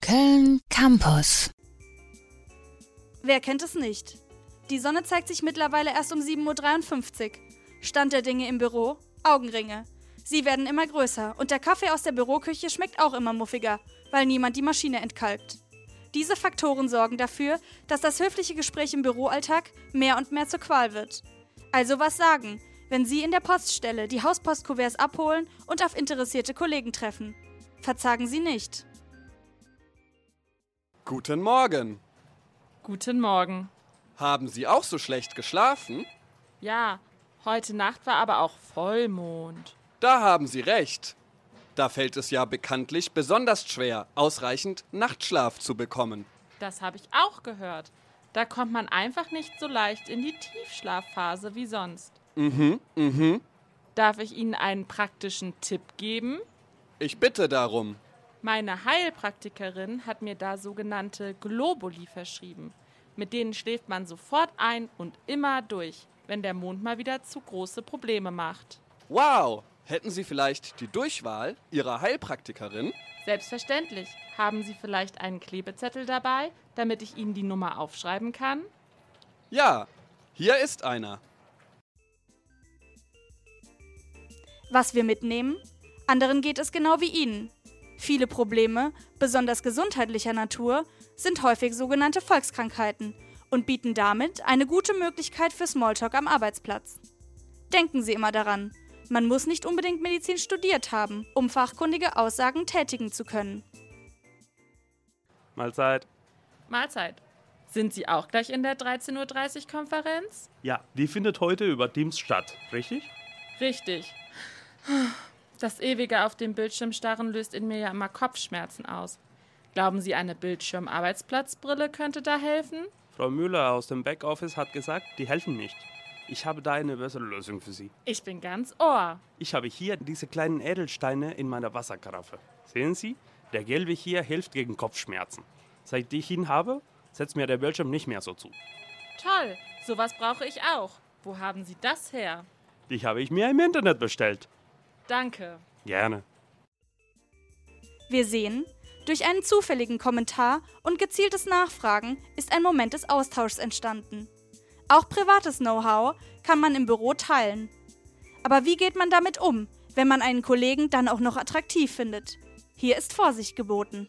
Köln Campus. Wer kennt es nicht? Die Sonne zeigt sich mittlerweile erst um 7:53 Uhr. Stand der Dinge im Büro? Augenringe. Sie werden immer größer und der Kaffee aus der Büroküche schmeckt auch immer muffiger, weil niemand die Maschine entkalkt. Diese Faktoren sorgen dafür, dass das höfliche Gespräch im Büroalltag mehr und mehr zur Qual wird. Also was sagen, wenn Sie in der Poststelle die Hauspostkuverts abholen und auf interessierte Kollegen treffen? Verzagen Sie nicht. Guten Morgen. Guten Morgen. Haben Sie auch so schlecht geschlafen? Ja, heute Nacht war aber auch Vollmond. Da haben Sie recht. Da fällt es ja bekanntlich besonders schwer, ausreichend Nachtschlaf zu bekommen. Das habe ich auch gehört. Da kommt man einfach nicht so leicht in die Tiefschlafphase wie sonst. Darf ich Ihnen einen praktischen Tipp geben? Ich bitte darum. Meine Heilpraktikerin hat mir da sogenannte Globuli verschrieben. Mit denen schläft man sofort ein und immer durch, wenn der Mond mal wieder zu große Probleme macht. Wow! Hätten Sie vielleicht die Durchwahl Ihrer Heilpraktikerin? Selbstverständlich. Haben Sie vielleicht einen Klebezettel dabei, damit ich Ihnen die Nummer aufschreiben kann? Ja, hier ist einer. Was wir mitnehmen? Anderen geht es genau wie Ihnen. Viele Probleme, besonders gesundheitlicher Natur, sind häufig sogenannte Volkskrankheiten und bieten damit eine gute Möglichkeit für Smalltalk am Arbeitsplatz. Denken Sie immer daran, man muss nicht unbedingt Medizin studiert haben, um fachkundige Aussagen tätigen zu können. Mahlzeit. Mahlzeit. Sind Sie auch gleich in der 13:30 Uhr Konferenz? Ja, die findet heute über Teams statt, richtig? Richtig. Das ewige auf dem Bildschirm starren löst in mir ja immer Kopfschmerzen aus. Glauben Sie, eine Bildschirm-Arbeitsplatzbrille könnte da helfen? Frau Müller aus dem Backoffice hat gesagt, die helfen nicht. Ich habe da eine bessere Lösung für Sie. Ich bin ganz Ohr. Ich habe hier diese kleinen Edelsteine in meiner Wasserkaraffe. Sehen Sie? Der gelbe hier hilft gegen Kopfschmerzen. Seit ich ihn habe, setzt mir der Bildschirm nicht mehr so zu. Toll, sowas brauche ich auch. Wo haben Sie das her? Die habe ich mir im Internet bestellt. Danke. Gerne. Wir sehen, durch einen zufälligen Kommentar und gezieltes Nachfragen ist ein Moment des Austauschs entstanden. Auch privates Know-how kann man im Büro teilen. Aber wie geht man damit um, wenn man einen Kollegen dann auch noch attraktiv findet? Hier ist Vorsicht geboten.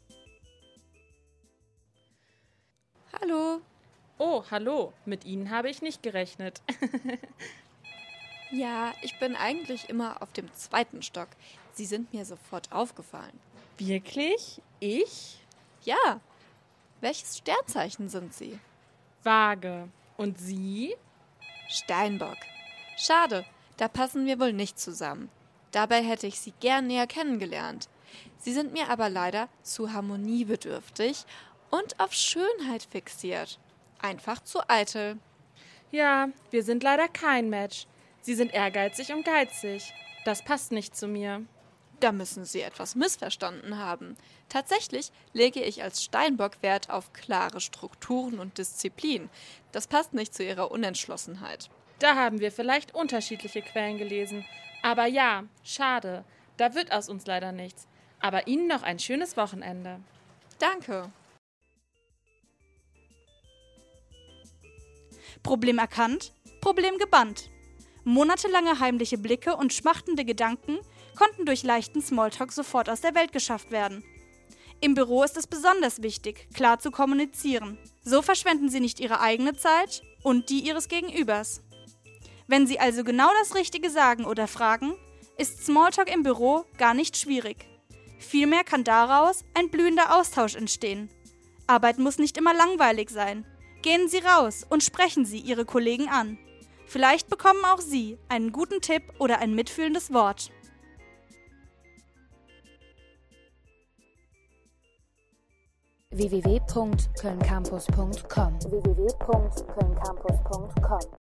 Hallo. Oh, hallo. Mit Ihnen habe ich nicht gerechnet. Ja, ich bin eigentlich immer auf dem 2. Stock. Sie sind mir sofort aufgefallen. Wirklich? Ich? Ja. Welches Sternzeichen sind Sie? Waage. Und Sie? Steinbock. Schade, da passen wir wohl nicht zusammen. Dabei hätte ich Sie gern näher kennengelernt. Sie sind mir aber leider zu harmoniebedürftig und auf Schönheit fixiert. Einfach zu eitel. Ja, wir sind leider kein Match. Sie sind ehrgeizig und geizig. Das passt nicht zu mir. Da müssen Sie etwas missverstanden haben. Tatsächlich lege ich als Steinbock Wert auf klare Strukturen und Disziplin. Das passt nicht zu Ihrer Unentschlossenheit. Da haben wir vielleicht unterschiedliche Quellen gelesen. Aber ja, schade. Da wird aus uns leider nichts. Aber Ihnen noch ein schönes Wochenende. Danke. Problem erkannt, Problem gebannt. Monatelange heimliche Blicke und schmachtende Gedanken konnten durch leichten Smalltalk sofort aus der Welt geschafft werden. Im Büro ist es besonders wichtig, klar zu kommunizieren. So verschwenden Sie nicht Ihre eigene Zeit und die Ihres Gegenübers. Wenn Sie also genau das Richtige sagen oder fragen, ist Smalltalk im Büro gar nicht schwierig. Vielmehr kann daraus ein blühender Austausch entstehen. Arbeit muss nicht immer langweilig sein. Gehen Sie raus und sprechen Sie Ihre Kollegen an. Vielleicht bekommen auch Sie einen guten Tipp oder ein mitfühlendes Wort. www.kölncampus.com